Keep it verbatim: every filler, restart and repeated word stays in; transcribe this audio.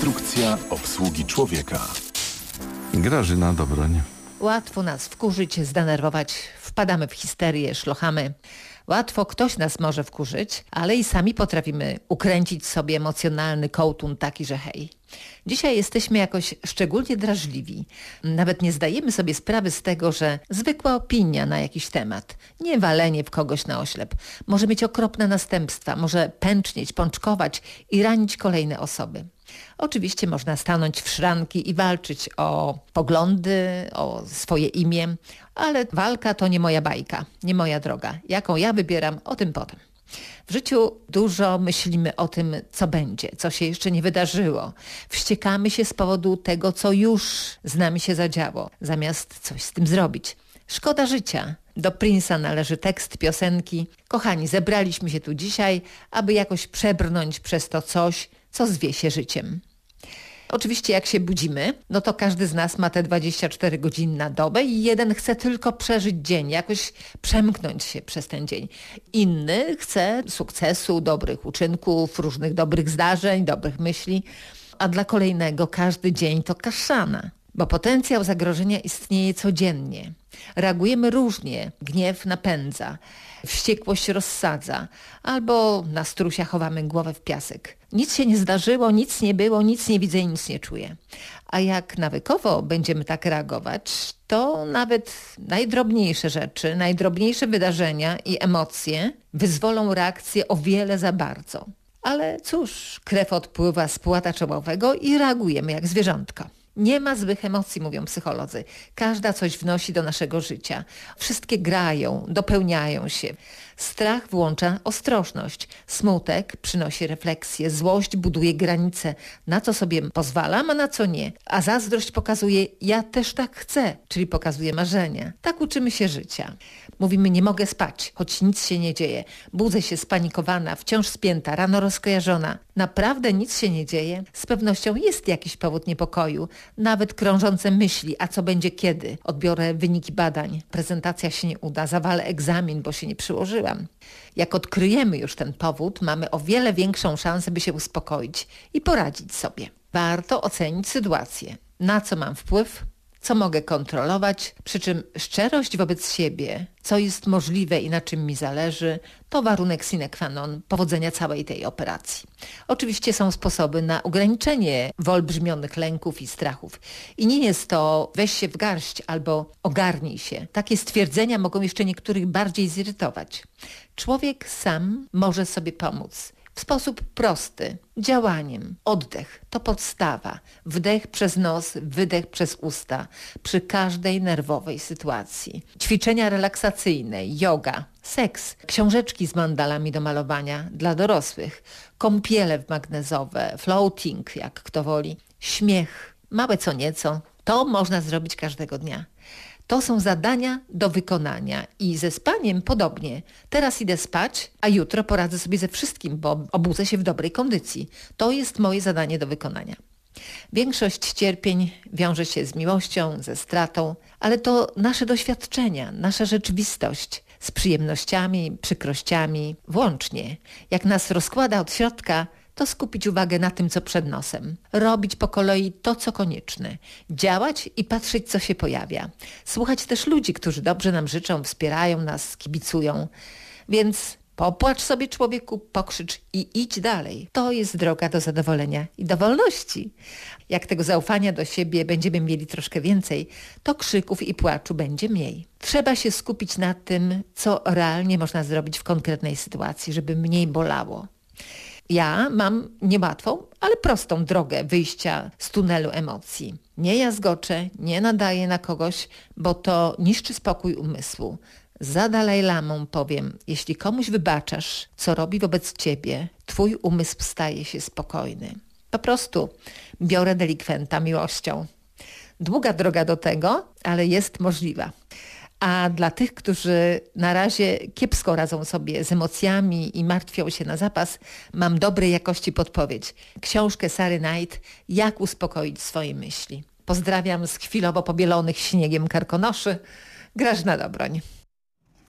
Instrukcja obsługi człowieka. Grażyna Dobroń. Łatwo nas wkurzyć, zdenerwować, wpadamy w histerię, szlochamy. Łatwo ktoś nas może wkurzyć, ale i sami potrafimy ukręcić sobie emocjonalny kołtun taki, że hej. Dzisiaj jesteśmy jakoś szczególnie drażliwi. Nawet nie zdajemy sobie sprawy z tego, że zwykła opinia na jakiś temat, nie walenie w kogoś na oślep, może mieć okropne następstwa, może pęcznieć, pączkować i ranić kolejne osoby. Oczywiście można stanąć w szranki i walczyć o poglądy, o swoje imię, ale walka to nie moja bajka, nie moja droga. Jaką ja wybieram, o tym potem. W życiu dużo myślimy o tym, co będzie, co się jeszcze nie wydarzyło. Wściekamy się z powodu tego, co już z nami się zadziało, zamiast coś z tym zrobić. Szkoda życia. Do Prince'a należy tekst piosenki. Kochani, zebraliśmy się tu dzisiaj, aby jakoś przebrnąć przez to coś, co zwie się życiem. Oczywiście jak się budzimy, no to każdy z nas ma te dwadzieścia cztery godziny na dobę i jeden chce tylko przeżyć dzień, jakoś przemknąć się przez ten dzień. Inny chce sukcesu, dobrych uczynków, różnych dobrych zdarzeń, dobrych myśli, a dla kolejnego każdy dzień to kaszana. Bo potencjał zagrożenia istnieje codziennie. Reagujemy różnie, gniew napędza, wściekłość rozsadza, albo na strusia chowamy głowę w piasek. Nic się nie zdarzyło, nic nie było, nic nie widzę i nic nie czuję. A jak nawykowo będziemy tak reagować, to nawet najdrobniejsze rzeczy, najdrobniejsze wydarzenia i emocje wyzwolą reakcję o wiele za bardzo. Ale cóż, krew odpływa z płata czołowego i reagujemy jak zwierzątka. Nie ma złych emocji, mówią psycholodzy. Każda coś wnosi do naszego życia. Wszystkie grają, dopełniają się. Strach włącza ostrożność. Smutek przynosi refleksję. Złość buduje granice. Na co sobie pozwalam, a na co nie. A zazdrość pokazuje, ja też tak chcę, czyli pokazuje marzenia. Tak uczymy się życia. Mówimy, nie mogę spać, choć nic się nie dzieje. Budzę się spanikowana, wciąż spięta, rano rozkojarzona. Naprawdę nic się nie dzieje? Z pewnością jest jakiś powód niepokoju. Nawet krążące myśli, a co będzie kiedy? Odbiorę wyniki badań. Prezentacja się nie uda, zawalę egzamin, bo się nie przyłożyłam. Jak odkryjemy już ten powód, mamy o wiele większą szansę, by się uspokoić i poradzić sobie. Warto ocenić sytuację. Na co mam wpływ? Co mogę kontrolować, przy czym szczerość wobec siebie, co jest możliwe i na czym mi zależy, to warunek sine qua non powodzenia całej tej operacji. Oczywiście są sposoby na ograniczenie wyolbrzymionych lęków i strachów. I nie jest to weź się w garść albo ogarnij się. Takie stwierdzenia mogą jeszcze niektórych bardziej zirytować. Człowiek sam może sobie pomóc. W sposób prosty, działaniem. Oddech to podstawa. Wdech przez nos, wydech przez usta przy każdej nerwowej sytuacji. Ćwiczenia relaksacyjne, yoga, seks, książeczki z mandalami do malowania dla dorosłych, kąpiele magnezowe, floating, jak kto woli, śmiech, małe co nieco. To można zrobić każdego dnia. To są zadania do wykonania i ze spaniem podobnie. Teraz idę spać, a jutro poradzę sobie ze wszystkim, bo obudzę się w dobrej kondycji. To jest moje zadanie do wykonania. Większość cierpień wiąże się z miłością, ze stratą, ale to nasze doświadczenia, nasza rzeczywistość z przyjemnościami, przykrościami, włącznie. Jak nas rozkłada od środka, to skupić uwagę na tym, co przed nosem. Robić po kolei to, co konieczne. Działać i patrzeć, co się pojawia. Słuchać też ludzi, którzy dobrze nam życzą, wspierają nas, kibicują. Więc popłacz sobie, człowieku, pokrzycz i idź dalej. To jest droga do zadowolenia i do wolności. Jak tego zaufania do siebie będziemy mieli troszkę więcej, to krzyków i płaczu będzie mniej. Trzeba się skupić na tym, co realnie można zrobić w konkretnej sytuacji, żeby mniej bolało. Ja mam niełatwą, ale prostą drogę wyjścia z tunelu emocji. Nie jazgoczę, nie nadaję na kogoś, bo to niszczy spokój umysłu. Za Dalaj Lamą powiem, jeśli komuś wybaczasz, co robi wobec ciebie, twój umysł staje się spokojny. Po prostu biorę delikwenta miłością. Długa droga do tego, ale jest możliwa. A dla tych, którzy na razie kiepsko radzą sobie z emocjami i martwią się na zapas, mam dobrej jakości podpowiedź. Książkę Sary Knight Jak uspokoić swoje myśli. Pozdrawiam z chwilowo pobielonych śniegiem Karkonoszy. Grażyna Dobroń.